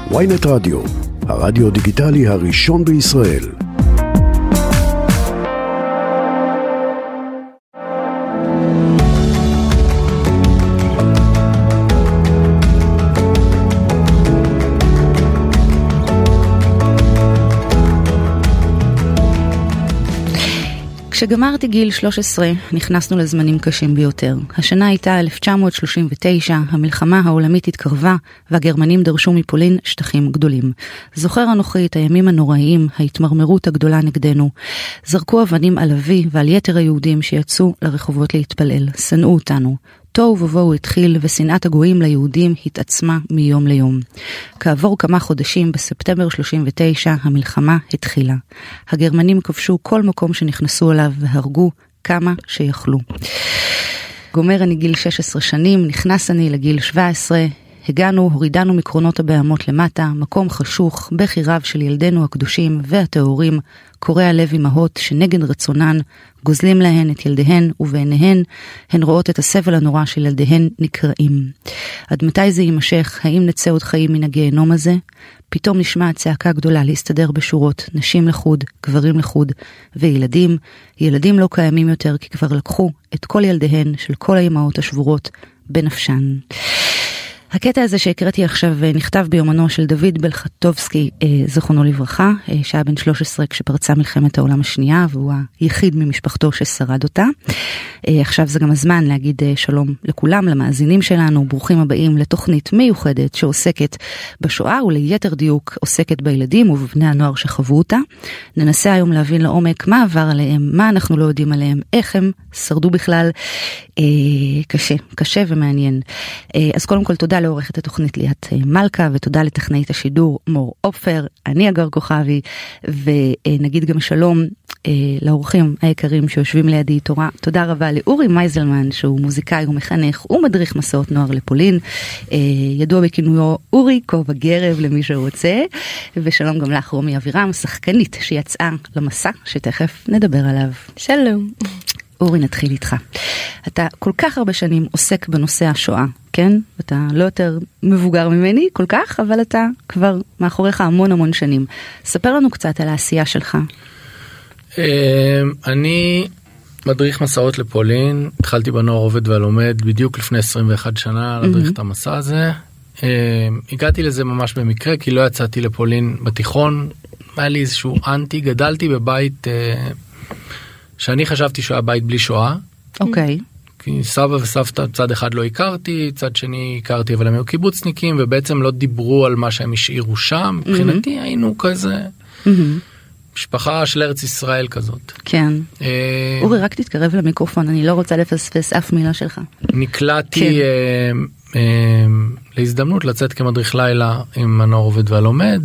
ynet רדיו, הרדיו דיגיטלי הראשון בישראל. כשגמרתי גיל 13, נכנסנו לזמנים קשים ביותר. השנה הייתה 1939, המלחמה העולמית התקרבה, והגרמנים דרשו מפולין שטחים גדולים. זוכר אנוכי את הימים הנוראיים, ההתמרמרות הגדולה נגדנו. זרקו אבנים על אבי ועל יתר היהודים שיצאו לרחובות להתפלל. שנאו אותנו. תוהו ובוהו התחיל, ושנאת הגויים ליהודים התעצמה מיום ליום. כעבור כמה חודשים, בספטמבר 39, המלחמה התחילה. הגרמנים כבשו כל מקום שנכנסו אליו והרגו כמה שיכלו. גומר אני גיל 16 שנים, נכנס אני לגיל 17, הגענו, הורידנו מקרונות הבהמות למטה, מקום חשוך, בכי רב של ילדינו הקדושים והטהורים, קורע לב אמהות שנגד רצונן, גוזלים להן את ילדיהן ובעיניהן, הן רואות את הסבל הנורא של ילדיהן נקראים. עד מתי זה יימשך? האם נצא עוד חיים מן הגיהנום הזה? פתאום נשמע צעקה גדולה להסתדר בשורות, נשים לחוד, גברים לחוד, וילדים. ילדים לא קיימים יותר כי כבר לקחו את כל ילדיהן של כל האימהות השבורות בנפשן. הקטע הזה שהקראתי עכשיו נכתב ביומנו של דוד בלחטובסקי, זכרונו לברכה, שהיה בן 13 כשפרצה מלחמת העולם השנייה, והוא היחיד ממשפחתו ששרד אותה. עכשיו זה גם הזמן להגיד שלום לכולם, למאזינים שלנו, ברוכים הבאים לתוכנית מיוחדת שעוסקת בשואה, וליתר דיוק עוסקת בילדים ובבני הנוער שחוו אותה. ננסה היום להבין לעומק מה עבר עליהם, מה אנחנו לא יודעים עליהם, איך הם שרדו בכלל. קשה ומעניין. אז קודם כל תודה לעורכת התוכנית ליאת מלכה, ותודה לטכנאית השידור מור אופר, אני אגר כוכבי, ונגיד גם שלום לאורחים היקרים שיושבים לידי. תודה רבה לאורי מייזלמן, שהוא מוזיקאי ומחנך ומדריך מסעות נוער לפולין, ידוע בכינויו אורי כובע גרב למי שרוצה, ושלום גם לך רומי אבירם, שחקנית שיצאה למסע שתכף נדבר עליו. שלום. אורי, נתחיל איתך. אתה כל כך הרבה שנים עוסק בנושא השואה, כן? אתה לא יותר מבוגר ממני כל כך, אבל אתה כבר מאחוריך המון שנים. ספר לנו קצת על העשייה שלך. אני מדריך מסעות לפולין, התחלתי בנוער עובד ולומד בדיוק לפני 21 שנה להדריך את המסע הזה. הגעתי לזה ממש במקרה, כי לא יצאתי לפולין בתיכון, היה לי איזשהו אנטי, גדלתי בבית שאני חשבתי שהוא היה בית בלי שואה. אוקיי. כי סבא וסבתא צד אחד לא הכרתי, צד שני הכרתי, אבל הם היו קיבוצניקים, ובעצם לא דיברו על מה שהם השאירו שם. מבחינתי היינו כזה משפחה של ארץ ישראל כזאת. כן. אורי, רק תתקרב למיקרופון, אני לא רוצה לפספס אף מילה שלך. נקלעתי להזדמנות לצאת כמדריך לילה עם הנוער עובד והלומד.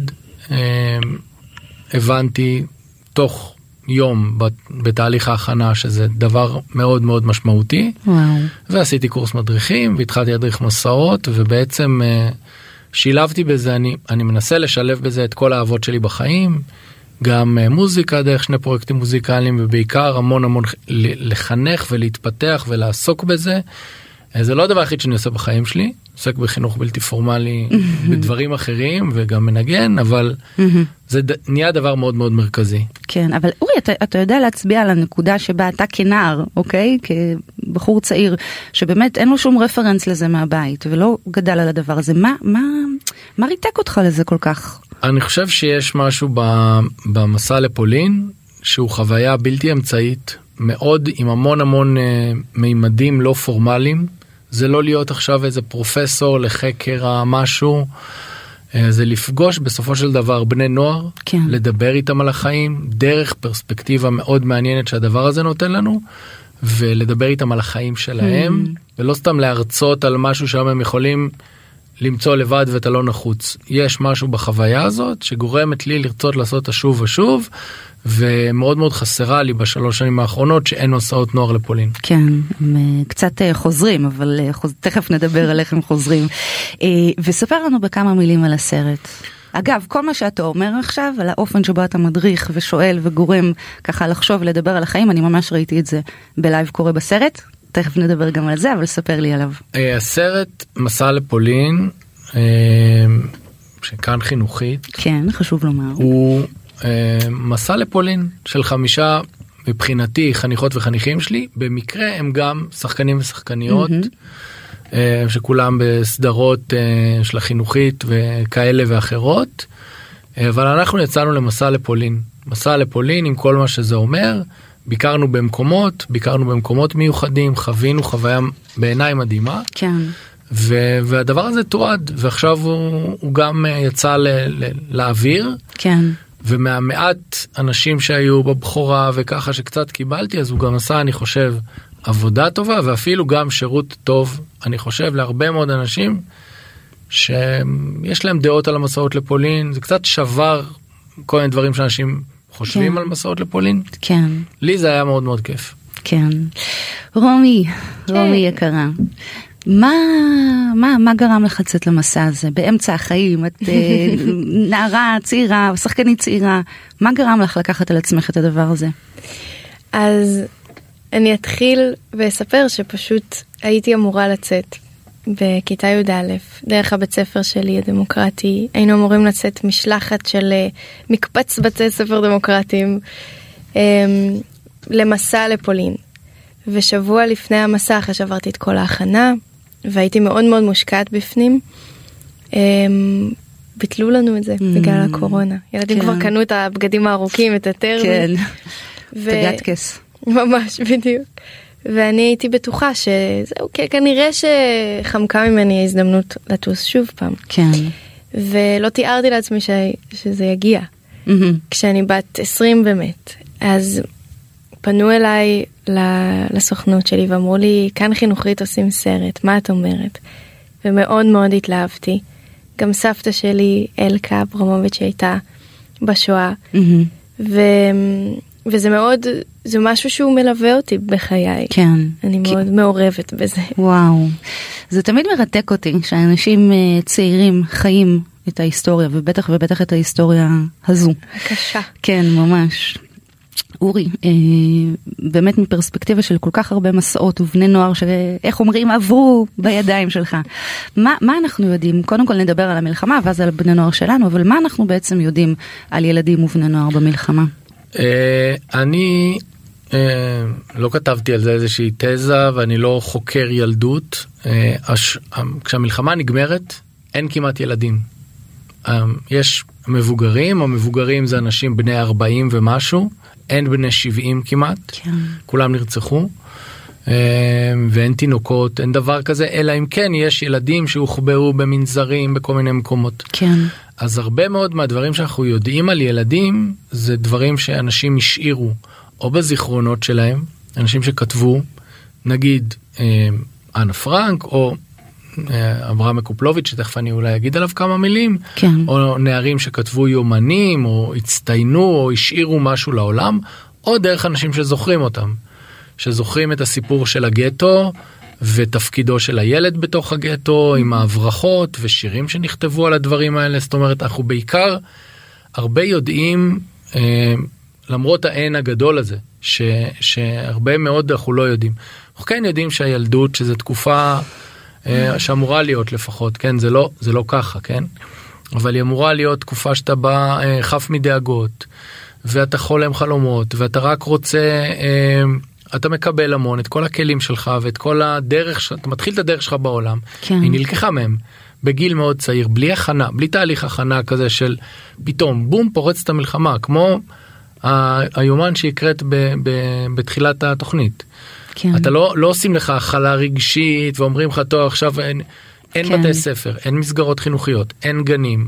הבנתי תוך יום בתהליך ההכנה שזה דבר מאוד מאוד משמעותי. וואו. ועשיתי קורס מדריכים והתחלתי להדריך מסעות, ובעצם שילבתי בזה, אני מנסה לשלב בזה את כל האהבות שלי בחיים, גם מוזיקה דרך שני פרויקטים מוזיקליים, ובעיקר המון לחנך ולהתפתח ולעסוק בזה. זה לא הדבר היחיד שאני עושה בחיים שלי, עוסק בחינוך בלתי פורמלי בדברים אחרים וגם מנגן, אבל זה נהיה דבר מאוד מאוד מרכזי. כן, אבל אורי, אתה יודע להצביע על הנקודה שבה אתה כנער, אוקיי? כבחור צעיר, שבאמת אין לו שום רפרנס לזה מהבית, ולא גדל על הדבר הזה. מה ריתק אותך לזה כל כך? אני חושב שיש משהו במסע לפולין, שהוא חוויה בלתי אמצעית, מאוד עם המון מימדים לא פורמליים. זה לא להיות עכשיו איזה פרופסור לחקר המשהו, זה לפגוש בסופו של דבר בני נוער, כן. לדבר איתם על החיים, דרך פרספקטיבה מאוד מעניינת שהדבר הזה נותן לנו, ולדבר איתם על החיים שלהם, ולא סתם להרצות על משהו שם הם יכולים למצוא לבד ואתה לא נחוץ. יש משהו בחוויה הזאת שגורמת לי לרצות לעשות אותה שוב ושוב, ומאוד מאוד חסרה לי בשלוש שנים האחרונות שאין מסעות נוער לפולין. כן, הם קצת חוזרים, אבל תכף נדבר על איך הם חוזרים. וספר לנו בכמה מילים על הסרט. אגב, כל מה שאתה אומר עכשיו, על האופן שבו אתה מדריך ושואל וגורם ככה לחשוב ולדבר על החיים, אני ממש ראיתי את זה בלייב קורא בסרט. תכף נדבר גם על זה, אבל ספר לי עליו. הסרט מסע לפולין, שכאן חינוכית. כן, חשוב לומר. הוא מסע לפולין של 5 מבחינתי חניכות וחניכים שלי, במקרה הם גם שחקנים ושחקניות, שכולם בסדרות של החינוכית וכאלה ואחרות, אבל אנחנו יצאנו למסע לפולין. מסע לפולין עם כל מה שזה אומר, ביקרנו במקומות מיוחדים, חווינו חוויה בעיניי מדהימה. כן. והדבר הזה תועד, ועכשיו הוא גם יצא לאוויר. כן. ומהמעט אנשים שהיו בבחורה וככה שקצת קיבלתי, אז הוא גם עשה, אני חושב, עבודה טובה, ואפילו גם שירות טוב, אני חושב, להרבה מאוד אנשים שיש להם דעות על המסעות לפולין. זה קצת שבר כל מיני דברים שאנשים חושבים על מסעות לפולין. כן. לי זה היה מאוד מאוד כיף. כן. רומי יקרה. מה גרם לך לצאת למסע הזה? באמצע החיים, את נערה צעירה, שחקנית צעירה, מה גרם לך לקחת על עצמך את הדבר הזה? אז אני אתחיל ואספר שפשוט הייתי אמורה לצאת בכיתה י"א, דרך הבית ספר שלי הדמוקרטי, היינו אמורים לצאת משלחת של מקפץ בתי ספר דמוקרטיים למסע לפולין. ושבוע לפני המסע, אחרי שעברתי את כל ההכנה, והייתי מאוד מאוד מושקעת בפנים, ביטלו לנו את זה בגלל הקורונה. ילדים כבר קנו את הבגדים הארוכים, את הטרמי. כן, תגעת כס. ממש, בדיוק. ואני הייתי בטוחה שזהו, כנראה שחמקה ממני ההזדמנות לטוס שוב פעם. כן. ולא תיארתי לעצמי שזה יגיע. כשאני בת 20 באמת. אז פנו אליי לסוכנות שלי ואמרו לי, כאן חינוכית עושים סרט, מה את אומרת? ומאוד מאוד התלהבתי. גם סבתא שלי, אלקה אברמוביץ', שהייתה בשואה. וזה מאוד, זה משהו שהוא מלווה אותי בחיי. כן. אני מאוד מעורבת בזה. וואו. זה תמיד מרתק אותי, שאנשים צעירים חיים את ההיסטוריה, ובטח את ההיסטוריה הזו. קשה. כן, ממש. אורי, באמת מפרספקטיבה של כל כך הרבה מסעות ובני נוער שאיך אומרים עברו בידיים שלך. מה אנחנו יודעים? קודם כל נדבר על המלחמה ואז על בני נוער שלנו, אבל מה אנחנו בעצם יודעים על ילדים ובני נוער במלחמה? אני לא כתבתי על זה איזושהי תזה ואני לא חוקר ילדות. כשהמלחמה נגמרת אין כמעט ילדים. יש מבוגרים, המבוגרים זה אנשים בני 40 ומשהו, אין בני 70 כמעט, כן. כולם נרצחו, ואין תינוקות, אין דבר כזה, אלא אם כן יש ילדים שהוחבאו במנזרים בכל מיני מקומות. כן. אז הרבה מאוד מהדברים שאנחנו יודעים על ילדים, זה דברים שאנשים השאירו, או בזיכרונות שלהם, אנשים שכתבו, נגיד אנה פרנק, או אברהם מקופלוביץ', שתכף אני אולי אגיד עליו כמה מילים, כן. או נערים שכתבו יומנים, או הצטיינו, או השאירו משהו לעולם, או דרך אנשים שזוכרים אותם, שזוכרים את הסיפור של הגטו, ותפקידו של הילד בתוך הגטו, עם ההברחות, ושירים שנכתבו על הדברים האלה. זאת אומרת, אנחנו בעיקר הרבה יודעים, למרות האין הגדול הזה, שהרבה מאוד אנחנו לא יודעים. אנחנו כן יודעים שהילדות, שזו תקופה שאמורה להיות לפחות, כן? זה לא ככה, כן? אבל היא אמורה להיות תקופה שאתה בא חף מדאגות, ואתה חולם חלומות, ואתה רק רוצה, אתה מקבל המון, את כל הכלים שלך, ואת כל הדרך, אתה מתחיל את הדרך שלך בעולם, כן. היא נלקחה מהם, בגיל מאוד צעיר, בלי הכנה, בלי תהליך הכנה כזה של, פתאום, בום, פורץ את המלחמה, כמו היומן שהקראת בתחילת התוכנית. כן. אתה לא עושים לך הכלה רגשית, ואומרים לך, טוב, עכשיו אין כן. בתי ספר, אין מסגרות חינוכיות, אין גנים,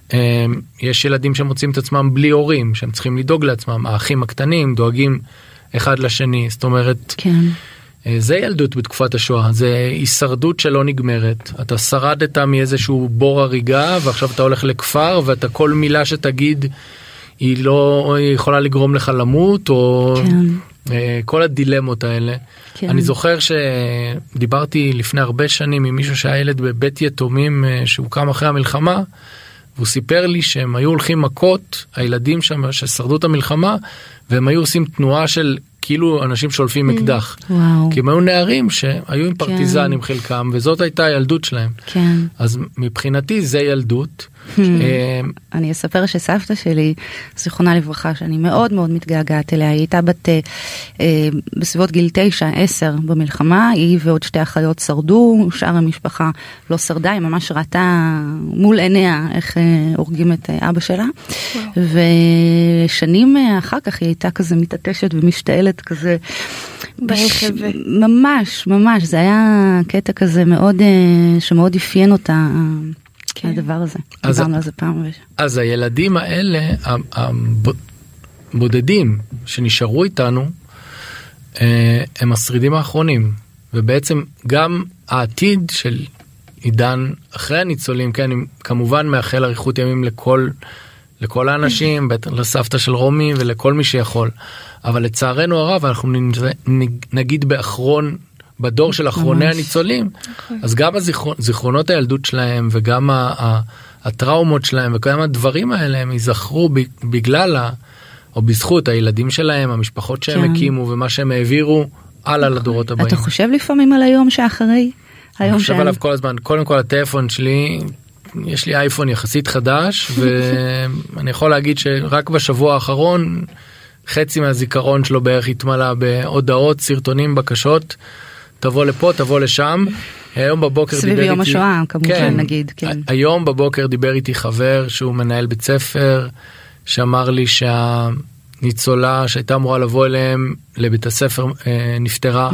יש ילדים שמוצאים את עצמם בלי הורים, שהם צריכים לדאוג לעצמם, האחים הקטנים דואגים אחד לשני, זאת אומרת, כן. זה ילדות בתקופת השואה, זה הישרדות שלא נגמרת, אתה שרדת מאיזשהו בור הריגה, ועכשיו אתה הולך לכפר, ואתה כל מילה שתגיד, היא לא יכולה לגרום לך למות, או כן. כל הדילמות האלה. כן. אני זוכר שדיברתי לפני הרבה שנים עם מישהו שהיה ילד בבית יתומים שהוקם אחרי המלחמה, והוא סיפר לי שהם היו הולכים מכות, הילדים שם ששרדו את המלחמה, והם היו עושים תנועה של כאילו אנשים שולפים אקדח. וואו. כי הם היו נערים שהיו עם פרטיזנים חלקם, וזאת הייתה הילדות שלהם. כן. אז מבחינתי זה ילדות. אני אספר שסבתא שלי, זיכרונה לברכה, שאני מאוד מאוד מתגעגעת אליה, היא הייתה בת בסביבות גיל 9-10 במלחמה, היא ועוד שתי אחיות שרדו, שאר המשפחה לא שרדה, היא ממש ראתה מול עיניה איך הורגים את אבא שלה, ושנים אחר כך היא הייתה כזה מתעטשת ומשתעלת כזה, ממש, ממש, זה היה קטע כזה מאוד, שמאוד אפיין אותה, הדבר הזה. דיברנו על זה פעם. אז הילדים האלה, הבודדים שנשארו איתנו, הם השרידים האחרונים, ובעצם גם העתיד של עידן אחרי הניצולים, כן, אני כמובן מאחל אריכות ימים לכל האנשים, בטח לסבתא של רומי ולכל מי שיכול, אבל לצערנו הרב אנחנו נגיד בדור של אחרוני הניצולים, אז גם זיכרונות הילדות שלהם וגם הטראומות שלהם וגם הדברים האלה הם ייזכרו בגלל או בזכות הילדים שלהם, המשפחות שהם הקימו ומה שהם העבירו הלאה לדורות הבאים. אתה חושב לפעמים על היום שאחרי? אני חושב עליו כל הזמן. קודם כל הטלפון שלי, יש לי אייפון יחסית חדש, ואני יכול להגיד שרק בשבוע האחרון חצי מהזיכרון שלו בערך התמלא בהודעות, סרטונים, בקשות, תבוא לפה, תבוא לשם. היום בבוקר סביב יום השואה, כמובן, נגיד. היום בבוקר דיבר איתי חבר שהוא מנהל בית ספר, שאמר לי שהניצולה שהייתה אמורה לבוא אליהם לבית הספר נפטרה.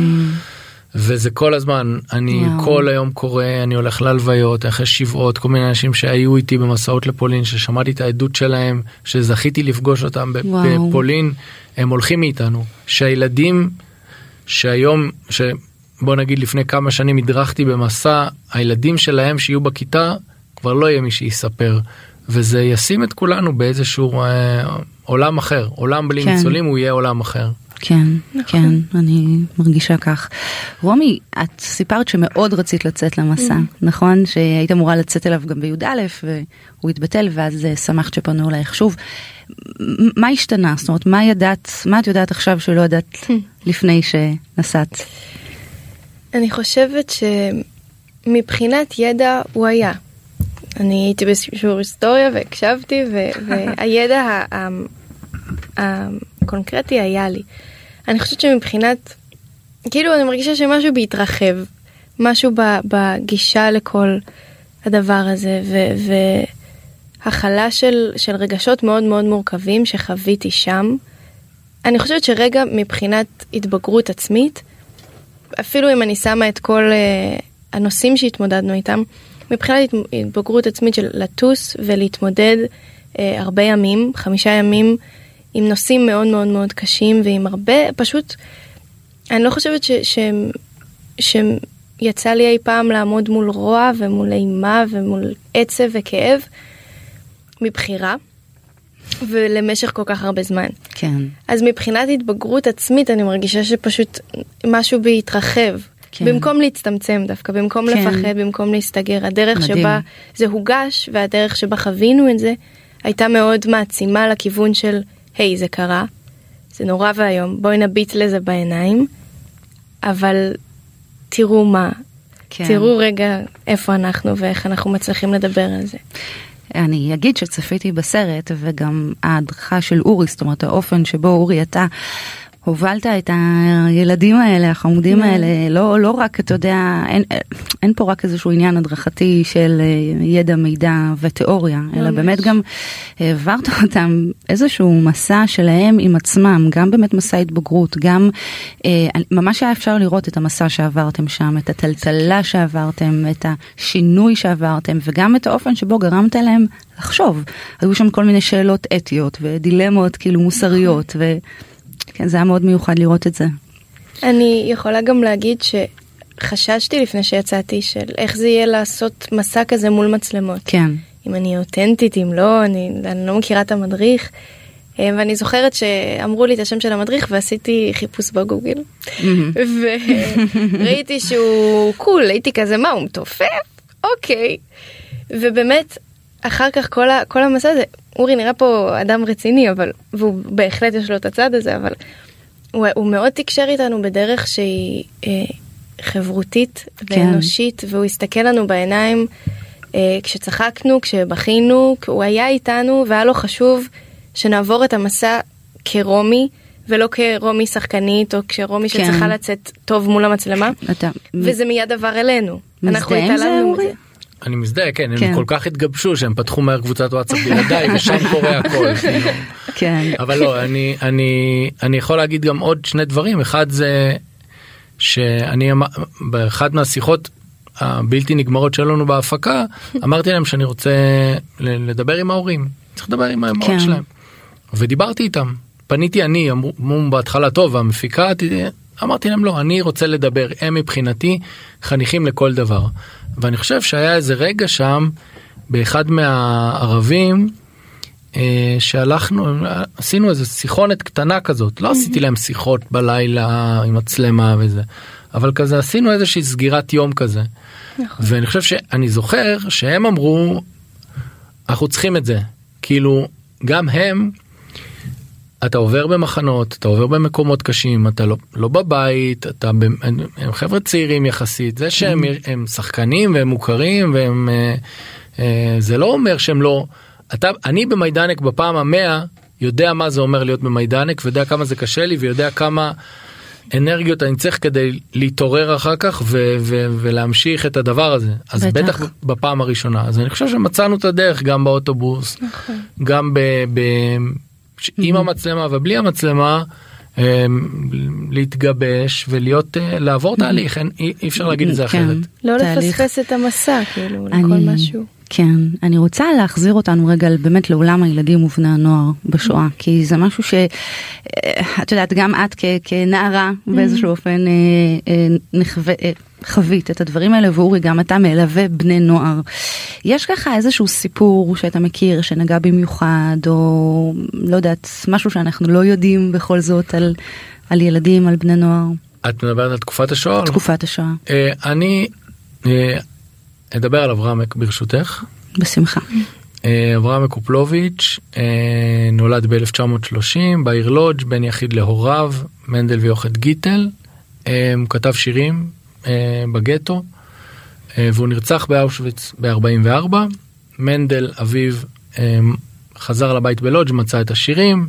וזה כל הזמן, אני כל היום קורא, אני הולך להלוויות, אחרי שבעות, כל מיני אנשים שהיו איתי במסעות לפולין, ששמעתי את העדות שלהם, שזכיתי לפגוש אותם בפולין, הם הולכים מאיתנו. שהילדים שהיום, בוא נגיד לפני כמה שנים הדרכתי במסע, הילדים שלהם שיהיו בכיתה, כבר לא יהיה מי שיספר. וזה ישים את כולנו באיזשהו עולם אחר. עולם בלי ניצולים הוא יהיה עולם אחר. כן, כן, אני מרגישה כך. רומי, את סיפרת שמאוד רצית לצאת למסע, נכון? שהיית אמורה לצאת אליו גם בי"א, והוא התבטל, ואז שמחת שפנו אלייך שוב. מה השתנה? זאת אומרת, מה את יודעת עכשיו שלא ידעת לפני שנסעת? אני חושבת שמבחינת ידע הוא היה. אני הייתי בשיעור היסטוריה והקשבתי, והידע הקונקרטי היה לי. אני חושבת שמבחינת, כאילו אני מרגישה שמשהו בהתרחב, משהו בגישה לכל הדבר הזה, והחלה של רגשות מאוד מאוד מורכבים שחוויתי שם. אני חושבת שרגע מבחינת התבגרות עצמית, אפילו אם אני שמה את כל הנושאים שהתמודדנו איתם, מבחינת התבגרות עצמית של לטוס ולהתמודד הרבה ימים, 5 ימים, עם נושאים מאוד מאוד מאוד קשים, ועם הרבה, פשוט, אני לא חושבת שיצא לי אי פעם לעמוד מול רוע, ומול אימה, ומול עצב וכאב, מבחירה, ולמשך כל כך הרבה זמן. כן. אז מבחינת התבגרות עצמית, אני מרגישה שפשוט משהו בי התרחב, כן. במקום להצטמצם דווקא, במקום כן. לפחד, במקום להסתגר, הדרך מדהים. שבה זה הוגש, והדרך שבה חווינו את זה, הייתה מאוד מעצימה לכיוון של, היי, זה קרה, זה נורא והיום, בואי נביט לזה בעיניים, אבל תראו מה, כן. תראו רגע איפה אנחנו ואיך אנחנו מצליחים לדבר על זה. אני אגיד שצפיתי בסרט, וגם ההדרכה של אורי, זאת אומרת, האופן שבו אורי אתה הובלת את הילדים האלה, החמודים האלה, לא רק, אתה יודע, אין פה רק איזשהו עניין הדרכתי של ידע, מידע ותיאוריה, אלא באמת גם העברת אותם איזשהו מסע שלהם עם עצמם, גם באמת מסע התבגרות, גם ממש היה אפשר לראות את המסע שעברתם שם, את הטלטלה שעברתם, את השינוי שעברתם, וגם את האופן שבו גרמת להם לחשוב. היו שם כל מיני שאלות אתיות ודילמות כאילו מוסריות כן, זה היה מאוד מיוחד לראות את זה. אני יכולה גם להגיד שחששתי לפני שיצאתי של איך זה יהיה לעשות מסע כזה מול מצלמות. כן. אם אני אותנטית, אם לא, אני לא מכירה את המדריך. ואני זוכרת שאמרו לי את השם של המדריך ועשיתי חיפוש בגוגל. וראיתי שהוא קול, הייתי כזה, מה, הוא מתופף? אוקיי. ובאמת, אחר כך כל המסע הזה, אורי נראה פה אדם רציני, והוא בהחלט יש לו את הצד הזה, אבל הוא מאוד תקשר איתנו בדרך שהיא חברותית ואנושית, והוא הסתכל לנו בעיניים כשצחקנו, כשבכינו, הוא היה איתנו, והיה לו חשוב שנעבור את המסע כרומי, ולא כרומי שחקנית, או כשרומי שצריכה לצאת טוב מול המצלמה, וזה מיד עבר אלינו. אנחנו התעלמנו מזה. אני מזדהה, כן, הם כל כך התגבשו שהם פתחו מהר קבוצת וואטסאפ בלעדיי, ושם קורה הכל. אבל לא, אני יכול להגיד גם עוד שני דברים. אחד זה שאני, באחד מהשיחות הבלתי נגמרות שלנו בהפקה, אמרתי להם שאני רוצה לדבר עם ההורים. צריך לדבר עם האמהות שלהם. ודיברתי איתם. פניתי אני, אמרו בהתחלה טוב, המפיקה, אמרתי להם לא, אני רוצה לדבר. הם מבחינתי חניכים לכל דבר. ואני חושב שהיה איזה רגע שם, באחד מהערבים, שהלכנו, עשינו איזו שיחונת קטנה כזאת, לא עשיתי להם שיחות בלילה עם מצלמה וזה, אבל כזה עשינו איזושהי סגירת יום כזה. ואני חושב שאני זוכר שהם אמרו, אנחנו צריכים את זה. כאילו, גם הם, אתה עובר במחנות, אתה עובר במקומות קשים, אתה לא בבית, הם חבר'ה צעירים יחסית, זה שהם שחקנים והם מוכרים, זה לא אומר שהם לא, אני במיידנק בפעם ה100 יודע מה זה אומר להיות במיידנק, ויודע כמה זה קשה לי, ויודע כמה אנרגיות אני צריך כדי להתעורר אחר כך, ולהמשיך את הדבר הזה. אז בטח בפעם הראשונה. אז אני חושב שמצאנו את הדרך גם באוטובוס, גם עם המצלמה ובלי המצלמה, להתגבש ולהיות, לעבור תהליך, אי אפשר להגיד את זה אחרת. לא לפספס את המסע, כאילו, לכל משהו. כן, אני רוצה להחזיר אותנו רגע באמת לעולם הילדים ובני הנוער בשואה, כי זה משהו שאת יודעת, גם את כנערה באיזשהו אופן חווית את הדברים האלה, ואורי גם אתה מלווה בני נוער. יש ככה איזשהו סיפור שאתה מכיר, שנגע במיוחד, או לא יודעת, משהו שאנחנו לא יודעים בכל זאת על ילדים, על בני נוער? את מדברת על תקופת השואה? תקופת השואה. אני אדבר על אברהם ברשותך. בשמחה. אברהם קופלוביץ' נולד ב-1930 בעיר לודג', בן יחיד להוריו, מנדל ויוכד גיטל. הוא כתב שירים בגטו, והוא נרצח באושוויץ ב-44. מנדל אביו חזר לבית בלודג', מצא את השירים.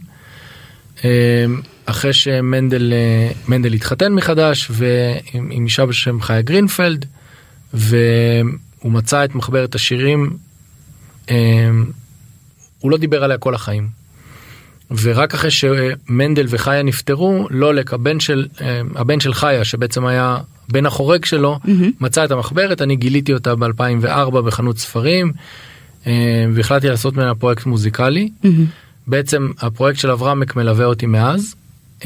אחרי שמנדל התחתן מחדש ועם אישה בשם חיה גרינפלד, והוא מצא את מחברת השירים, הוא לא דיבר עליה כל החיים. ורק אחרי שמנדל וחיה נפטרו, לולק, הבן של חיה, שבעצם היה בן החורג שלו, מצא את המחברת, אני גיליתי אותה ב-2004 בחנות ספרים, והחלטתי לעשות ממנה פרויקט מוזיקלי. בעצם הפרויקט של אברהמק מלווה אותי מאז,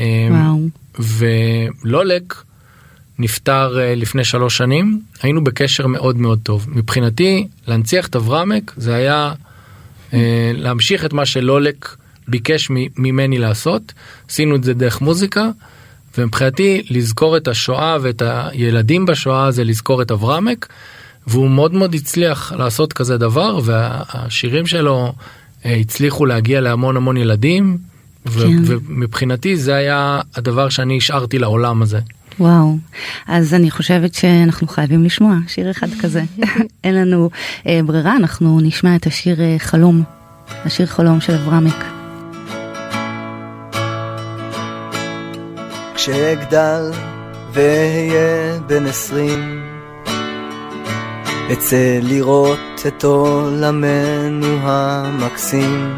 ולולק נפטר לפני 3 שנים, היינו בקשר מאוד מאוד טוב. מבחינתי, להנציח את אברהמק, זה היה להמשיך את מה שלולק ביקש ממני לעשות. עשינו את זה דרך מוזיקה, ומבחינתי לזכור את השואה ואת הילדים בשואה, זה לזכור את אברהמק, והוא מאוד מאוד הצליח לעשות כזה דבר, והשירים שלו הצליחו להגיע להמון המון ילדים, ומבחינתי זה היה הדבר שאני השארתי לעולם הזה. וואו, אז אני חושבת שאנחנו חייבים לשמוע שיר אחד כזה. אין לנו ברירה, אנחנו נשמע את השיר חלום, השיר חלום של אברהמק. כשאגדל ואהיה בן 20, אצא לראות את עולמנו המקסים,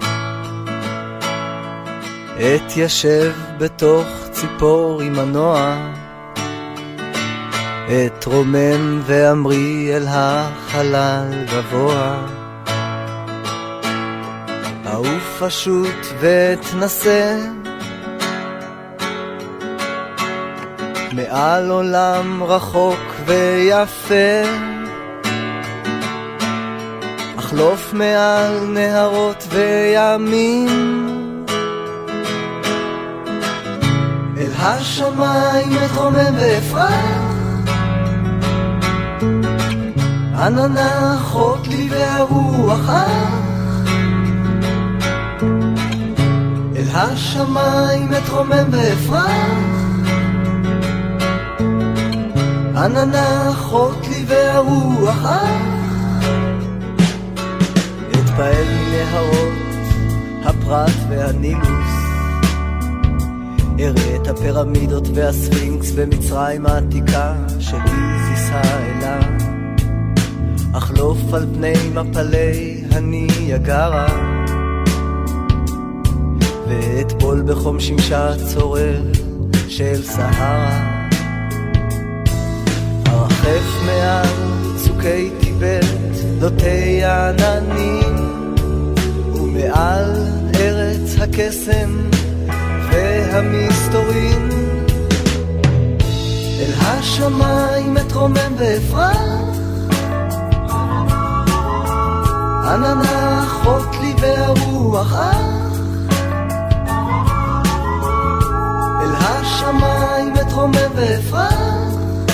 אתיישב בתוך ציפור עם מנוע, אתרומם ואמרי אל החלל גבוה, אעוף פשוט ואתנסה מעל עולם רחוק ויפה, אחלוף מעל נהרות וימים, אל השמיים אתרומם ואפרח, עננה אחות לי והרוח אך, אל השמיים אתרומם ואפרח, עננה אחות לי והרוח אך, מתפעל מנהרות הפרת והנילוס, אראה את הפירמידות והספינקס במצרים העתיקה שאיזיס האלה, אחלוף על פני מפלי הניאגרה, ואטבול בחום שמשה צורר של סהרה, הרחף מעל צוקי טיבט דותי העננים, ומעל ארץ הקסם והמסתורים, אל השמיים אתרומם ואפרח, עננה אחות לי והרוח אך, אל השמיים אתרומם ואפרח,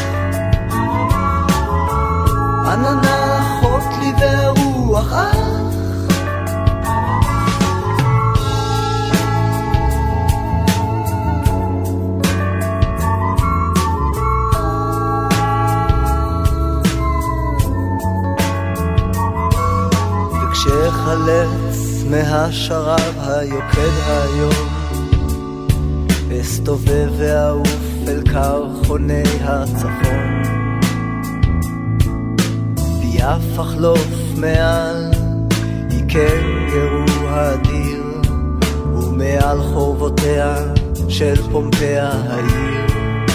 עננה אחות לי והרוח אך. וכשחלץ מהשרב היוקד היום, אסתובב ואעוף אל קרחוני הצפון, ביעף אחלוף מעל עיקר גרו האדיר, ומעל חורבותיה של פומפיה העיר,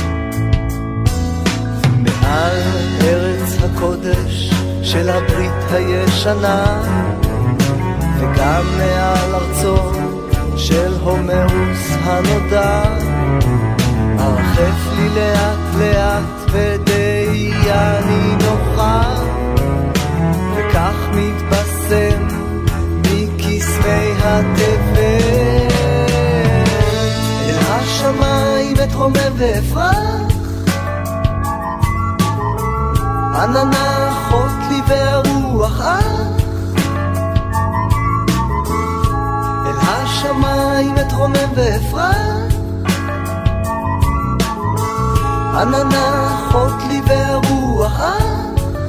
מעל ארץ הקודש של הברית הישנה, וגם מעל ארצו של הומרוס הנודע, הרחף לי לאט לאט בדאייה נינוחה, וכך מתבשם מכסמי התבל, אל השמיים אתרומם ואפרח, עננה אחות לי והרוח אך, אל השמיים אתרומם ואפרח, עננה אחות לי והרוח אך.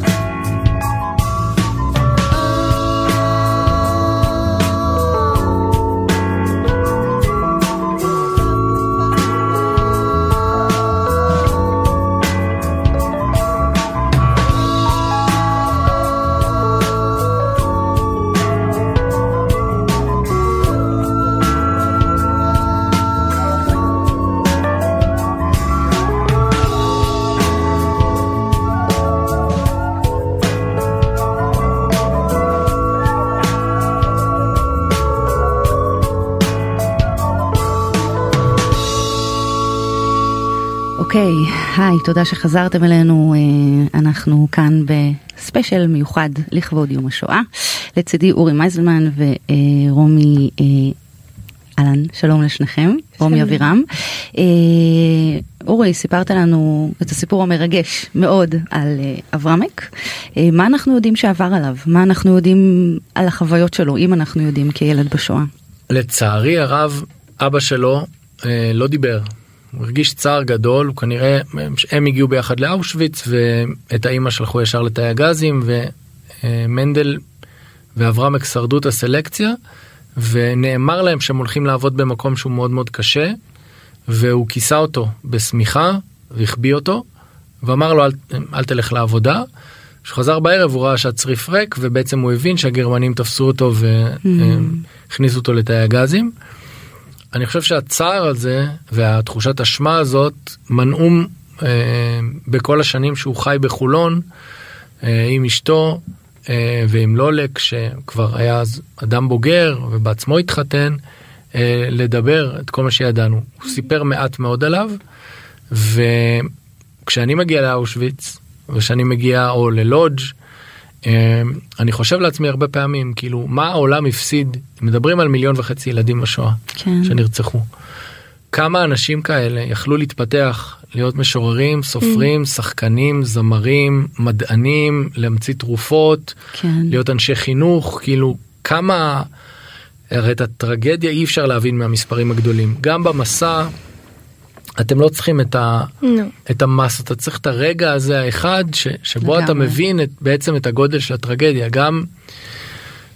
אוקיי, היי, תודה שחזרתם אלינו, אנחנו כאן בספיישל מיוחד לכבוד יום השואה, לצידי אורי מייזלמן ורומי אלן, שלום לשניכם, רומי אבירם. אורי, סיפרת לנו את הסיפור המרגש מאוד על אברמק, מה אנחנו יודעים שעבר עליו? מה אנחנו יודעים על החוויות שלו, אם אנחנו יודעים כילד בשואה? לצערי הרב, אבא שלו לא דיבר. הוא הרגיש צער גדול, הוא כנראה, הם הגיעו ביחד לאושוויץ, ואת האמא שלחו ישר לתאי הגזים, ומנדל ואברמק שרדו את הסלקציה, ונאמר להם שהם הולכים לעבוד במקום שהוא מאוד מאוד קשה, והוא כיסה אותו בסמיכה, והחביא אותו, ואמר לו אל תלך לעבודה. כשחזר בערב הוא ראה שהצריף ריק, ובעצם הוא הבין שהגרמנים תפסו אותו והכניסו אותו לתאי הגזים. אני חושב שהצער הזה והתחושת אשמה הזאת מנעו בכל השנים שהוא חי בחולון עם אשתו ועם לולק, שכבר היה אז אדם בוגר ובעצמו התחתן, לדבר את כל מה שידענו. הוא סיפר מעט מאוד עליו, וכשאני מגיע לאושוויץ וכשאני מגיע או ללודג', אני חושב לעצמי הרבה פעמים, כאילו, מה העולם הפסיד? מדברים על 1.5 מיליון ילדים בשואה, כן. שנרצחו. כמה אנשים כאלה יכלו להתפתח, להיות משוררים, סופרים, שחקנים, זמרים, מדענים, להמציא תרופות, כן. להיות אנשי חינוך, כאילו, כמה, הרי את הטרגדיה אי אפשר להבין מהמספרים הגדולים. גם במסע, אתם לא צריכים את המס, אתה צריך את הרגע הזה האחד, שבו אתה מבין בעצם את הגודל של הטרגדיה. גם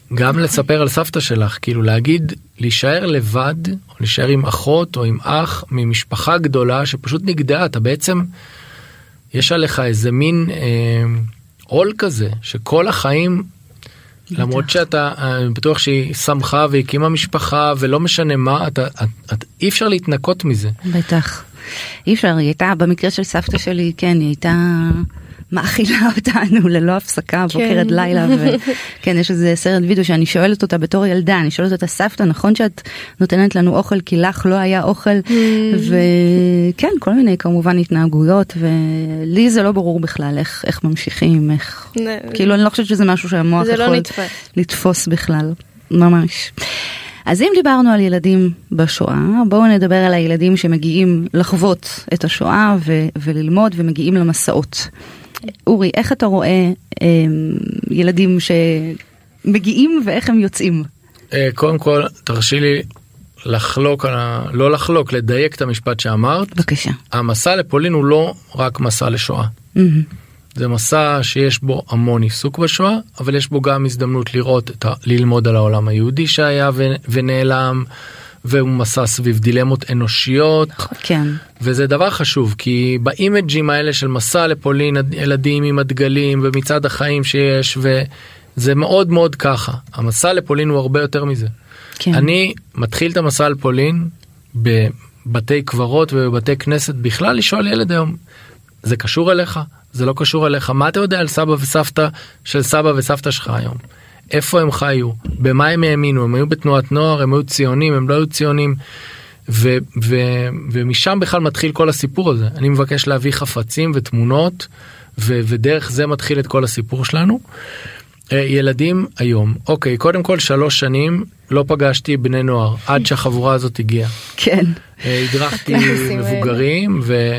גם לספר על סבתא שלך, כאילו להגיד, להישאר לבד, או להישאר עם אחות או עם אח, ממשפחה גדולה שפשוט נגדעה, אתה בעצם, יש עליך איזה מין עול כזה, שכל החיים, למרות שאתה בטוח שהיא שמחה והקימה משפחה, ולא משנה מה, אי אפשר להתנקות מזה. בטח. אי אפשר, היא הייתה, במקרה של סבתא שלי, כן, היא הייתה מאכילה אותנו ללא הפסקה, בוקר עד לילה, וכן, יש איזה סרט וידאו שאני שואלת אותה בתור ילדה, אני שואלת אותה, סבתא, נכון שאת נותנת לנו אוכל, כי לך לא היה אוכל, וכן, כל מיני כמובן התנהגויות, ולי זה לא ברור בכלל, איך ממשיכים, איך, כאילו, אני לא חושבת שזה משהו שהמוח יכול לתפוס בכלל, ממש. אז אם דיברנו על ילדים בשואה, בואו נדבר על הילדים שמגיעים לחוות את השואה וללמוד ומגיעים למסעות. אורי, איך אתה רואה ילדים שמגיעים ואיך הם יוצאים? קודם כל, תרשי לי לא לחלוק, לדייק את המשפט שאמרת. בבקשה. המסע לפולין הוא לא רק מסע לשואה. זה מסע שיש בו המון עיסוק בשואה, אבל יש בו גם הזדמנות ללמוד על העולם היהודי שהיה ונעלם, והוא מסע סביב דילמות אנושיות. כן. וזה דבר חשוב, כי באימג'ים האלה של מסע לפולין, ילדים עם הדגלים ומצד החיים שיש, וזה מאוד מאוד ככה. המסע לפולין הוא הרבה יותר מזה. כן. אני מתחיל את המסע לפולין בבתי קברות ובבתי כנסת בכלל, לשאול ילד היום, זה קשור אליך? זה לא קשור אליך. מה אתה יודע על סבא וסבתא של סבא וסבתא שלך היום? איפה הם חיו? במה הם האמינו? הם היו בתנועת נוער, הם היו ציונים, הם לא היו ציונים, ומשם בכלל מתחיל כל הסיפור הזה. אני מבקש להביא חפצים ותמונות, ודרך זה מתחיל את כל הסיפור שלנו. ילדים היום, אוקיי, קודם כל 3 שנים לא פגשתי בני נוער, עד שהחבורה הזאת הגיעה. כן. הדרכתי מבוגרים,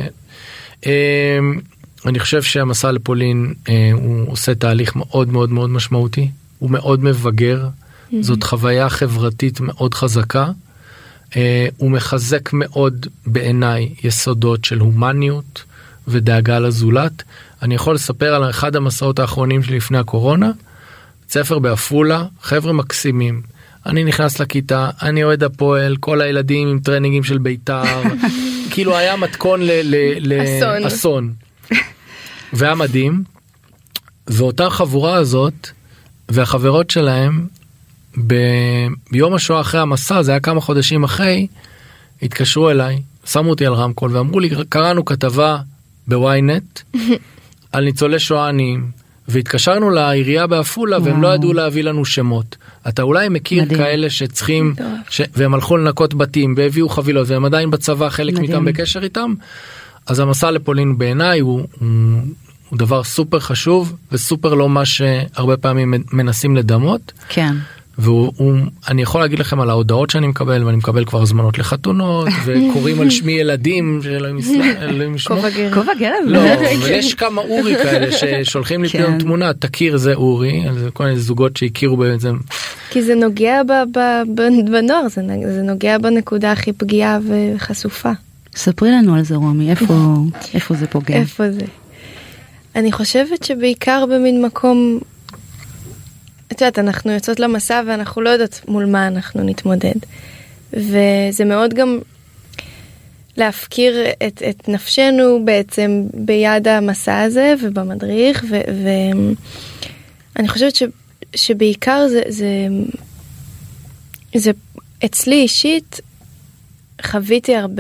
אני חושב שהמסע לפולין הוא עושה תהליך מאוד מאוד מאוד משמעותי, הוא מאוד מבגר, זאת חוויה חברתית מאוד חזקה, הוא מחזק מאוד בעיניי יסודות של הומניות ודאגה לזולת. אני יכול לספר על אחד המסעות האחרונים שלי לפני הקורונה, ספר בעפולה, חבר'ה מקסימים, אני נכנס לכיתה, אני אוהד הפועל, כל הילדים עם טרנינגים של ביתר, כאילו היה מתכון לאסון. והיה מדהים, ואותה חבורה הזאת, והחברות שלהם, ביום השואה אחרי המסע, זה היה כמה חודשים אחרי, התקשרו אליי, שמו אותי על רמקול, ואמרו לי, קראנו כתבה בוויינט, על ניצולי שואה עניים, והתקשרנו לעירייה בעפולה, והם לא ידעו להביא לנו שמות. אתה אולי מכיר כאלה שצריכים, והם הלכו לנקות בתים, והביאו חבילות, והם עדיין בצבא, חלק מכם בקשר איתם, אז המסע לפולין בעיניי הוא דבר סופר חשוב, וסופר לא מה שהרבה פעמים מנסים לדמות. כן. ואני יכול להגיד לכם על ההודעות שאני מקבל, ואני מקבל כבר הזמנות לחתונות, וקוראים על שמי ילדים, שאלוהים ישמור. קובה גרב. לא, אבל יש כמה אורי כאלה ששולחים לי פתאום תמונה, תכיר זה אורי, זה כל מיני זוגות שהכירו בעצם. כי זה נוגע בנוער, זה נוגע בנקודה הכי פגיעה וחשופה. ספרי לנו על זה רומי, איפה זה פוגע? איפה זה? אני חושבת שבעיקר במין מקום, את יודעת, אנחנו יוצאות למסע ואנחנו לא יודעות מול מה אנחנו נתמודד. וזה מאוד גם להפקיר את נפשנו בעצם ביד המסע הזה ובמדריך, ואני חושבת שבעיקר זה אצלי אישית, חוויתי הרבה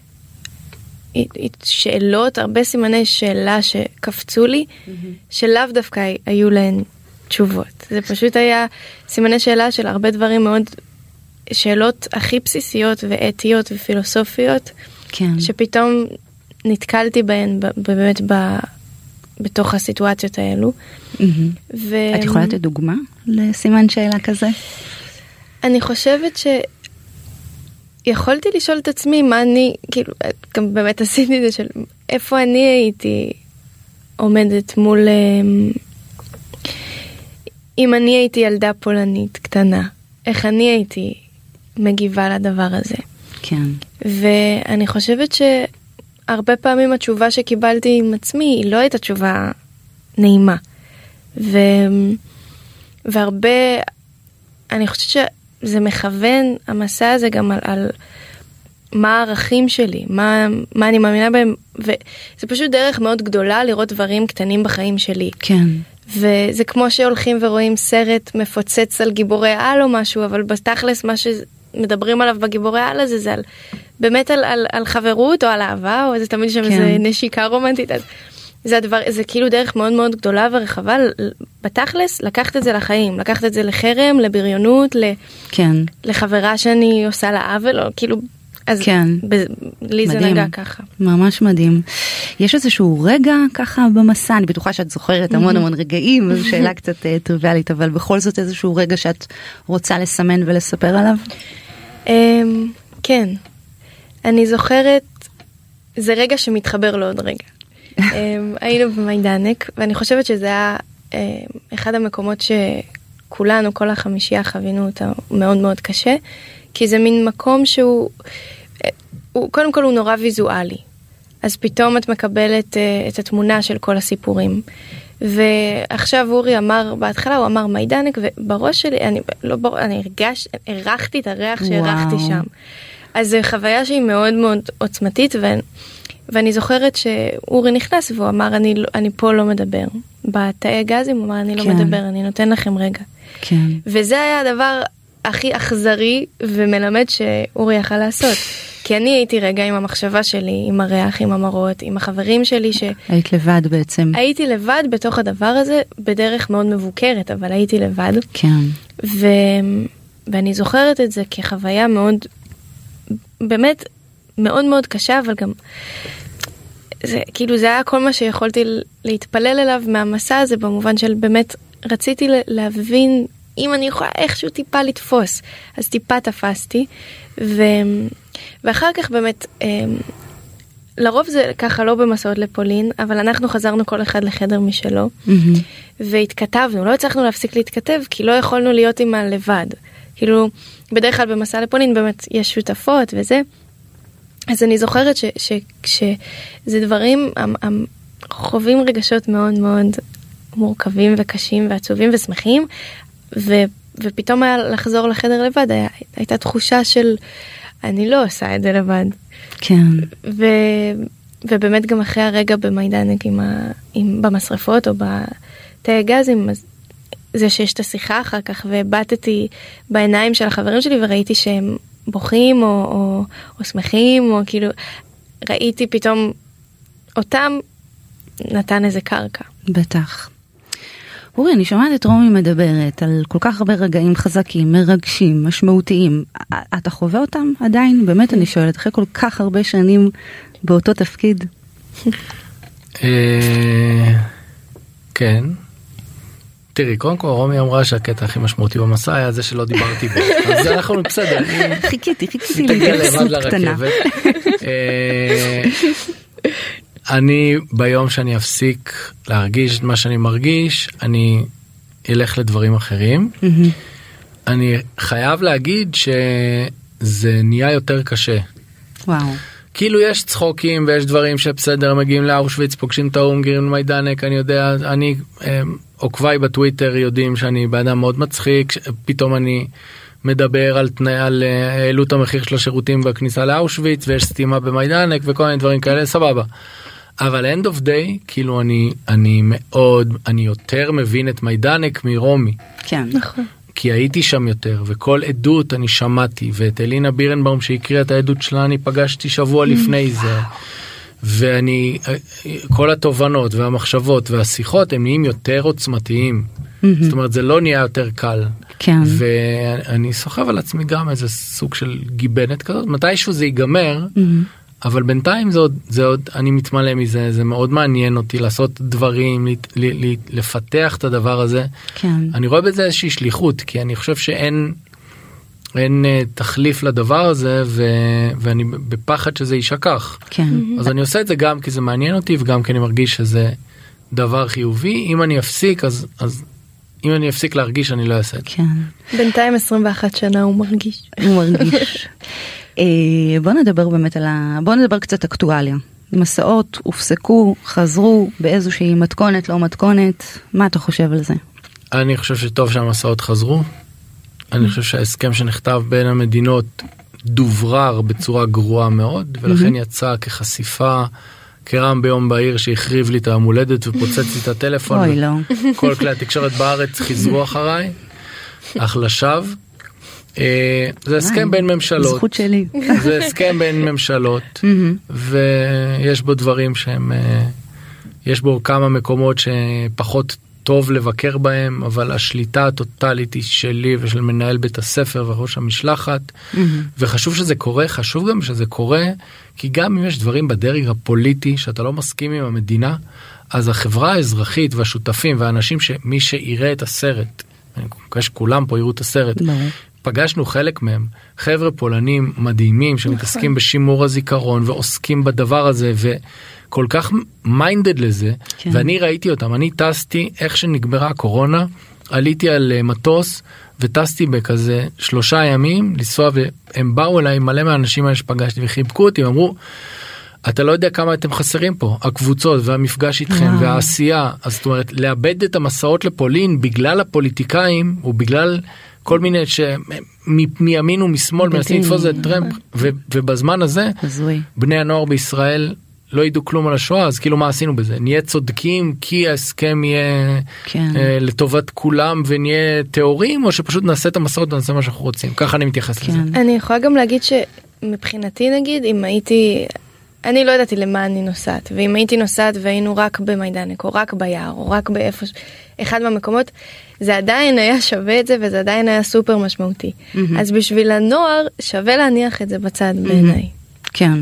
שאלות, הרבה סימני שאלה שקפצו לי, שלאו דווקא היו להן תשובות. זה פשוט היה סימני שאלה של הרבה דברים מאוד, שאלות הכי בסיסיות ואתיות ופילוסופיות, כן. שפתאום נתקלתי בהן באמת בתוך הסיטואציות האלו. את יכולה לתת דוגמה לסימן שאלה כזה? אני חושבת יכולתי לשאול את עצמי מה אני, כאילו, גם באמת עשיתי את זה של איפה אני הייתי עומדת מול, אם אני הייתי ילדה פולנית קטנה, איך אני הייתי מגיבה לדבר הזה. כן. ואני חושבת שהרבה פעמים התשובה שקיבלתי עם עצמי היא לא הייתה תשובה נעימה. והרבה אני חושבת שזה מכוון, המסע הזה גם על מה הערכים שלי, מה אני מאמינה בהם, וזה פשוט דרך מאוד גדולה לראות דברים קטנים בחיים שלי. כן. וזה כמו שהולכים ורואים סרט מפוצץ על גיבורי על או משהו, אבל בתכלס מה שמדברים עליו בגיבורי על הזה, זה באמת על חברות או על אהבה, או זה תמיד שם איזה נשיקה רומנטית, אז זה כאילו דרך מאוד מאוד גדולה ורחבה, בתכלס לקחת את זה לחיים, לקחת את זה לחרם, לבריונות, לחברה שאני עושה לה עוול, או כאילו, אז לי זה נגע ככה. ממש מדהים. יש איזשהו רגע ככה במסע, אני בטוחה שאת זוכרת המון רגעים, זו שאלה קצת טריוויאלית, אבל בכל זאת איזשהו רגע שאת רוצה לסמן ולספר עליו? כן. אני זוכרת, זה רגע שמתחבר לעוד רגע. היינו במיידנק, ואני חושבת שזה היה אחד המקומות שכולנו, כל החמישייה חווינו אותה מאוד מאוד קשה, כי זה מין מקום שהוא, קודם כל הוא נורא ויזואלי. אז פתאום את מקבלת את התמונה של כל הסיפורים. ועכשיו אורי אמר, בהתחלה הוא אמר מיידנק, ובראש שלי, אני הרחתי את הריח שהרחתי שם. אז זו חוויה שהיא מאוד מאוד עוצמתית, ואני זוכרת שאורי נכנס והוא אמר, אני פה לא מדבר. בתאי גזים הוא אמר, אני לא מדבר, אני נותן לכם רגע. כן. וזה היה הדבר הכי אכזרי ומלמד שאורי יכל לעשות. כי אני הייתי רגע עם המחשבה שלי, עם הריח, עם המראות, עם החברים שלי היית לבד בעצם. הייתי לבד בתוך הדבר הזה, בדרך מאוד מבוקרת, אבל הייתי לבד. כן. ואני זוכרת את זה כחוויה מאוד, באמת מאוד מאוד קשה, אבל גם כאילו זה היה כל מה שיכולתי להתפלל אליו מהמסע הזה, במובן של באמת רציתי להבין אם אני יכולה איכשהו טיפה לתפוס, אז טיפה תפסתי, ואחר כך באמת, לרוב זה ככה לא במסעות לפולין, אבל אנחנו חזרנו כל אחד לחדר משלו, והתכתבנו, לא הצלחנו להפסיק להתכתב, כי לא יכולנו להיות עם הלבד. כאילו, בדרך כלל במסע לפולין באמת יש שותפות וזה, אז אני זוכרת שזה דברים, חווים רגשות מאוד מאוד מורכבים וקשים ועצובים ושמחים, ופתאום היה לחזור לחדר לבד, הייתה תחושה של, אני לא עושה את זה לבד. כן. ובאמת גם אחרי הרגע במיידנק במשרפות או בתאי גזים, זה שיש את השיחה אחר כך, ובטתי בעיניים של החברים שלי וראיתי שהם בוכים או שמחים, או כאילו, ראיתי פתאום אותם נתן איזה קרקע. בטח. אורי, אני שומעת את רומי מדברת על כל כך הרבה רגעים חזקים, מרגשים, משמעותיים. אתה חווה אותם עדיין? באמת אני שואלת, אחרי כל כך הרבה שנים באותו תפקיד? כן. תראי, קודם כל רומי אמרה שהקטע הכי משמעותי במסע היה זה שלא דיברתי בו. אז אנחנו בסדר. חיכיתי להתייחסות קטנה. אני ביום שאני אפסיק להרגיש את מה שאני מרגיש, אני אלך לדברים אחרים. אני חייב להגיד שזה נהיה יותר קשה. וואו. כאילו יש צחוקים ויש דברים שבסדר, מגיעים לאושוויץ, פוגשים את האום, גירים למיידנק, אני יודע, אני עוקביי בטוויטר יודעים שאני באדם מאוד מצחיק, פתאום אני מדבר על העלות המחיר של השירותים בכניסה לאושוויץ, ויש סתימה במיידנק וכל מיני דברים כאלה, סבבה. אבל end of day, כאילו אני יותר מבין את מיידנק מרומי. כן. נכון. כי הייתי שם יותר, וכל עדות אני שמעתי, ואת אלינה בירנבאום שהקריאה את העדות שלה, אני פגשתי שבוע לפני זה, ואני, כל התובנות והמחשבות והשיחות, הם נהיים יותר עוצמתיים. זאת אומרת, זה לא נהיה יותר קל. כן. ואני סוחב על עצמי גם איזה סוג של גיבנת כזאת, מתישהו זה ייגמר, אבל בינתיים זה עוד, אני מתמלא מזה, זה מאוד מעניין אותי לעשות דברים, לפתח את הדבר הזה. כן. אני רואה בזה איזושהי שליחות, כי אני חושב שאין תחליף לדבר הזה, ואני בפחד שזה יישכח. כן. אז אני עושה את זה גם כי זה מעניין אותי, וגם כי אני מרגיש שזה דבר חיובי. אם אני אפסיק, אז אם אני אפסיק להרגיש, אני לא אעשה את זה. כן. בינתיים 21 שנה הוא מרגיש. הוא מרגיש. בוא נדבר באמת בוא נדבר קצת אקטואליה. מסעות הופסקו, חזרו באיזושהי מתכונת, לא מתכונת. מה אתה חושב על זה? אני חושב שטוב שהמסעות חזרו. אני חושב שההסכם שנכתב בין המדינות דוברר בצורה גרועה מאוד, ולכן יצא כחשיפה, כרם ביום בהיר שהחריב לי את המולדת ופוצץ לי את הטלפון. אוי, לא. כל כלי התקשורת בארץ חיזרו אחריי. אחלה שווא. זה הסכם בין ממשלות. זכות שלי. זה הסכם בין ממשלות, ויש בו דברים שהם, יש בו כמה מקומות שפחות טוב לבקר בהם, אבל השליטה הטוטלית היא שלי ושל מנהל בית הספר וראש המשלחת, וחשוב שזה קורה, חשוב גם שזה קורה, כי גם אם יש דברים בדרג הפוליטי שאתה לא מסכים עם המדינה, אז החברה האזרחית והשותפים והאנשים שמי שיראה את הסרט, אני מקווה שכולם פה יראו את הסרט, פגשנו חלק מהם, חבר'ה פולנים מדהימים שמתעסקים בשימור הזיכרון ועוסקים בדבר הזה וכל כך מיינדד לזה, ואני ראיתי אותם, אני טסתי איך שנגמרה הקורונה, עליתי על מטוס וטסתי בכזה 3 ימים לנסוע, והם באו אליי מלא מהאנשים האלה שפגשתי וחיבקו אותי, אמרו, אתה לא יודע כמה אתם חסרים פה, הקבוצות והמפגש איתכם והעשייה, אז זאת אומרת, לאבד את המסעות לפולין בגלל הפוליטיקאים, ובגלל כל מיני מימין ומשמאל מנסים לתפוס את טראמפ, ובזמן הזה, בני הנוער בישראל לא ידעו כלום על השואה, אז כאילו מה עשינו בזה? נהיה צודקים כי ההסכם יהיה לטובת כולם ונהיה תיאורים, או שפשוט נעשה את המסעות ונעשה מה שאנחנו רוצים? ככה אני מתייחס לזה. אני יכולה גם להגיד שמבחינתי נגיד, אם הייתי, אני לא ידעתי למה אני נוסעת, ואם הייתי נוסעת והיינו רק במיידנק, או רק ביער, או רק באיפה, אחד מהמקומות, זה עדיין היה שווה את זה, וזה עדיין היה סופר משמעותי. אז בשביל הנוער, שווה להניח את זה בצד בעיניי. כן.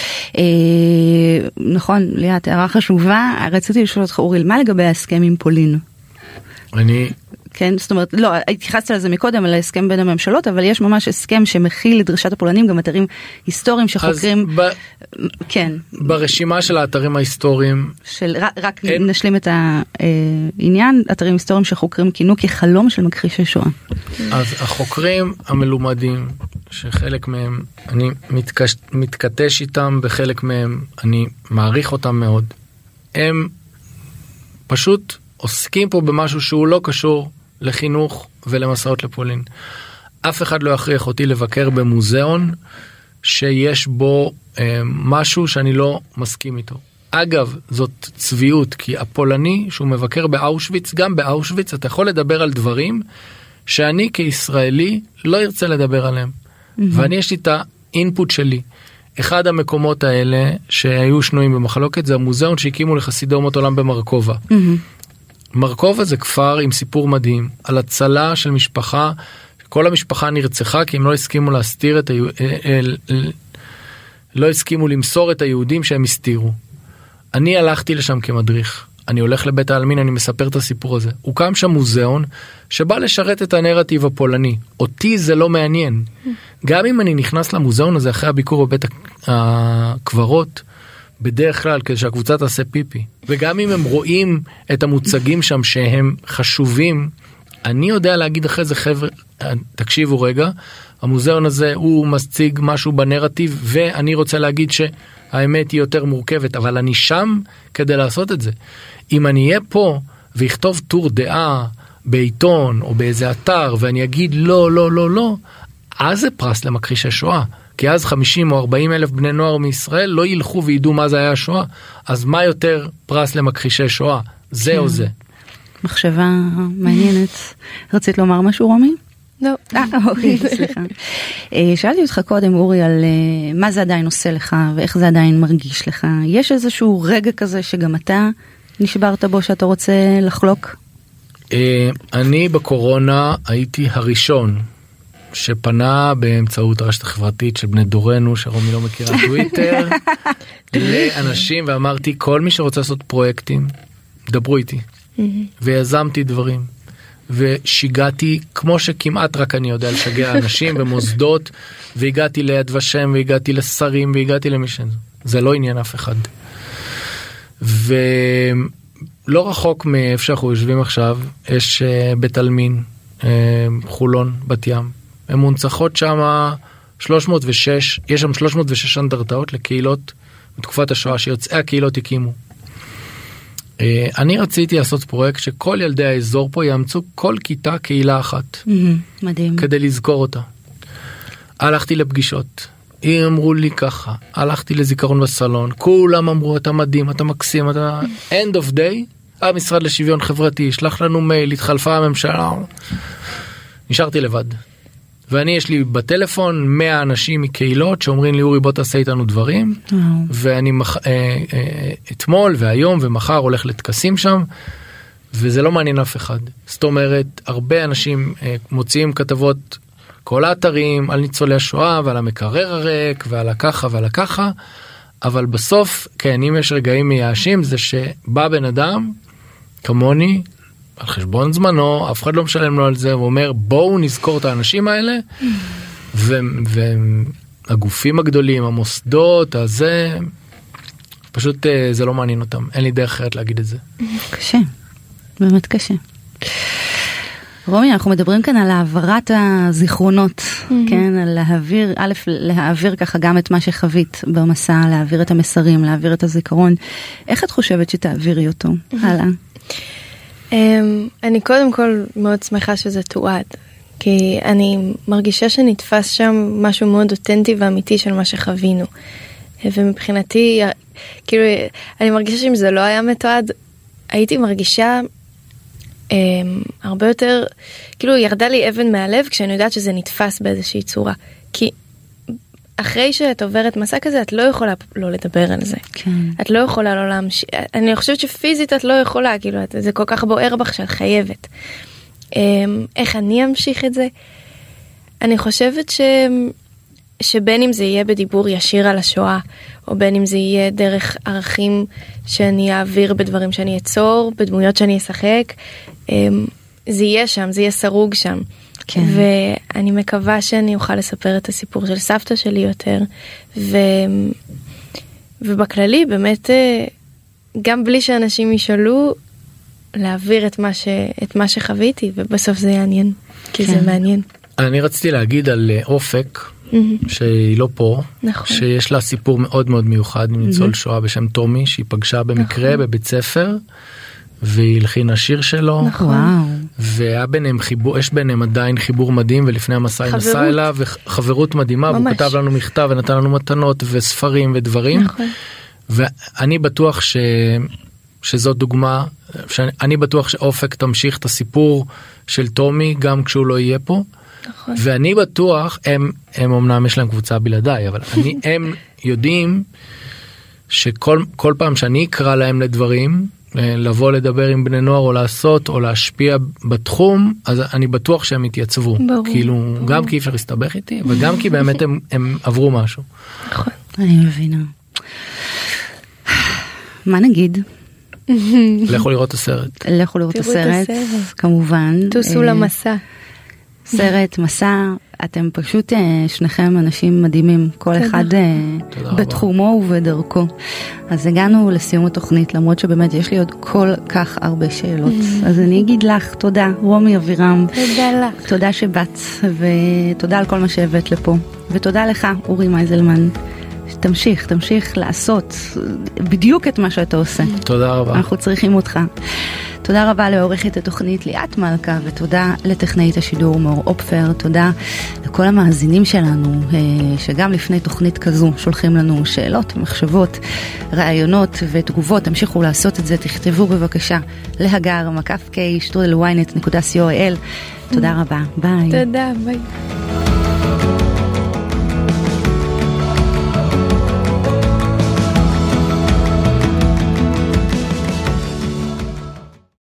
נכון, ליאת, הערה חשובה. רציתי לשאול אותך, אוריל, מה לגבי ההסכם עם פולין? כן, זאת אומרת, לא, התייחסת לזה מקודם, על ההסכם בין הממשלות, אבל יש ממש הסכם שמכיל לדרישת הפולנים, גם אתרים היסטוריים שחוקרים, כן. ברשימה של האתרים ההיסטוריים, רק נשלים את העניין, אתרים היסטוריים שחוקרים כינו כחלום של מכחישי שואה. אז החוקרים המלומדים, שחלק מהם, אני מתכתש איתם, בחלק מהם אני מעריך אותם מאוד, הם פשוט עוסקים פה במשהו שהוא לא קשור לחינוך ולמסעות לפולין. אף אחד לא יכריח אותי לבקר במוזיאון שיש בו משהו שאני לא מסכים איתו. אגב, זאת צביעות, כי הפולני שהוא מבקר באושוויץ, גם באושוויץ אתה יכול לדבר על דברים שאני כישראלי לא ארצה לדבר עליהם. ואני יש לי את האינפוט שלי. אחד המקומות האלה שהיו שנויים במחלוקת זה המוזיאון שהקימו לחסידי אומות עולם במרקובה. מרקובה זה כפר עם סיפור מדהים, על הצלה של משפחה, כל המשפחה נרצחה כי הם לא הסכימו להסתיר את לא הסכימו למסור את היהודים שהם הסתירו. אני הלכתי לשם כמדריך, אני הולך לבית העלמין, אני מספר את הסיפור הזה. הוקם שם מוזיאון שבא לשרת את הנרטיב הפולני. אותי זה לא מעניין. גם אם אני נכנס למוזיאון הזה אחרי הביקור בבית הקברות, בדרך כלל כדי שהקבוצה תעשה פיפי. וגם אם הם רואים את המוצגים שם שהם חשובים, אני יודע להגיד אחרי זה, חבר'ה, תקשיבו רגע, המוזיאון הזה הוא מציג משהו בנרטיב, ואני רוצה להגיד שהאמת היא יותר מורכבת, אבל אני שם כדי לעשות את זה. אם אני אהיה פה ויכתוב טור דעה בעיתון או באיזה אתר, ואני אגיד לא, לא, לא, לא, אז זה פרס למכחישי שואה. כי אז 50 או 40 אלף בני נוער מישראל לא ילכו וידעו מה זה היה השואה. אז מה יותר פרס למכחישי שואה? זה כן. או זה? מחשבה מעניינת. רצית לומר משהו, רומי? לא. אוקיי, סליחה. שאלתי אותך קודם, אורי, על מה זה עדיין עושה לך, ואיך זה עדיין מרגיש לך. יש איזשהו רגע כזה שגם אתה נשברת בו שאתה רוצה לחלוק? אני בקורונה הייתי הראשון שפנה באמצעות הרשת החברתית של בני דורנו, שרומי לא מכירה טוויטר, לאנשים, ואמרתי, כל מי שרוצה לעשות פרויקטים, דברו איתי. ויזמתי דברים. ושיגעתי, כמו שכמעט רק אני יודע לשגע אנשים במוסדות, והגעתי ליד ושם, והגעתי לשרים, והגעתי למישן. זה לא עניין אף אחד. ולא רחוק מאיפה שאנחנו יושבים עכשיו, יש בית עלמין, חולון, בת ים. הם מונצחות שם 306, יש שם 306 אנדרטאות לקהילות בתקופת השואה שיוצאי הקהילות הקימו. אני רציתי לעשות פרויקט שכל ילדי האזור פה יאמצו כל כיתה קהילה אחת. מדהים. כדי לזכור אותה. הלכתי לפגישות. אמרו לי ככה, הלכתי לזיכרון בסלון, כולם אמרו, אתה מדהים, אתה מקסים, אתה... end of day, המשרד לשוויון חברתי, ישלח לנו מייל, התחלפה הממשלה. נשארתי לבד. ואני, יש לי בטלפון 100 אנשים מקהילות שאומרים לי, אורי, בוא תעשה איתנו דברים, ואני אתמול והיום ומחר הולך לתקסים שם, וזה לא מעניין אף אחד. זאת אומרת, הרבה אנשים מוציאים כתבות, כל האתרים, על ניצולי השואה ועל המקרר הריק ועל הככה ועל הככה, אבל בסוף, כן, אם יש רגעים מייאשים, זה שבא בן אדם, כמוני, על חשבון זמנו, אף אחד לא משלם לו על זה, הוא אומר, בואו נזכור את האנשים האלה, והגופים הגדולים, המוסדות, הזה, פשוט זה לא מעניין אותם. אין לי דרך אחרת להגיד את זה. קשה, באמת קשה. רומי, אנחנו מדברים כאן על העברת הזיכרונות, כן, על להעביר ככה גם את מה שחווית במסע, להעביר את המסרים, להעביר את הזיכרון. איך את חושבת שתעבירי אותו? הלאה. אני קודם כל מאוד שמחה שזה תועד, כי אני מרגישה שנתפס שם משהו מאוד אותנטי ואמיתי של מה שחווינו. ומבחינתי, כאילו, אני מרגישה שאם זה לא היה מתועד, הייתי מרגישה הרבה יותר, כאילו ירדה לי אבן מהלב כשאני יודעת שזה נתפס באיזושהי צורה. כי אחרי שאת עוברת מסע כזה, את לא יכולה לא לדבר על זה. כן. את לא יכולה לא להמשיך. אני חושבת שפיזית את לא יכולה, כאילו, זה כל כך בוער בך שאת חייבת. איך אני אמשיך את זה? אני חושבת שבין אם זה יהיה בדיבור ישיר על השואה, או בין אם זה יהיה דרך ערכים שאני אעביר בדברים שאני אצור, בדמויות שאני אשחק, זה יהיה שם, זה יהיה סרוג שם. כן. ואני מקווה שאני אוכל לספר את הסיפור של סבתא שלי יותר, ובכללי באמת, גם בלי שאנשים ישאלו, להעביר את מה שחוויתי, ובסוף זה יעניין, כי זה מעניין. אני רציתי להגיד על אופק, שהיא לא פה, שיש לה סיפור מאוד מאוד מיוחד עם ניצול שואה בשם תומי, שהיא פגשה במקרה בבית ספר, והיא הלחינה שיר שלו, והיה ביניהם חיבור, יש ביניהם עדיין חיבור מדהים, ולפני המסע היא נסעה אליו, וחברות מדהימה, והוא כתב לנו מכתב ונתן לנו מתנות וספרים ודברים, ואני בטוח שזאת דוגמה, אני בטוח שאופק תמשיך את הסיפור של תומי, גם כשהוא לא יהיה פה, ואני בטוח, הם אמנם יש להם קבוצה בלעדיי, אבל הם יודעים שכל פעם שאני אקרא להם לדברים, לבוא לדבר עם בני נוער או לעשות או להשפיע בתחום, אז אני בטוח שהם יתייצבו. כאילו, גם כי אי אפשר להסתבך איתי, וגם כי באמת הם עברו משהו. נכון. אני מבינה. מה נגיד? לכו לראות את הסרט. לכו לראות את הסרט, כמובן. תוסו למסע. סרט, מסע, אתם פשוט שניכם אנשים מדהימים, כל אחד בתחומו ובדרכו. אז הגענו לסיום התוכנית, למרות שבאמת יש לי עוד כל כך הרבה שאלות. אז אני אגיד לך, תודה, רומי אבירם. תודה לך. תודה שבאת, ותודה על כל מה שהבאת לפה. ותודה לך, אורי מייזלמן. תמשיך לעשות בדיוק את מה שאתה עושה. תודה רבה. אנחנו צריכים אותך. תודה רבה לעורכת התוכנית ליאת מלכה, ותודה לטכנאית השידור מאור אופפר, תודה לכל המאזינים שלנו, שגם לפני תוכנית כזו שולחים לנו שאלות, מחשבות, רעיונות ותגובות, תמשיכו לעשות את זה, תכתבו בבקשה להגר, _k, @ynet.co.il. תודה רבה, ביי. תודה, ביי.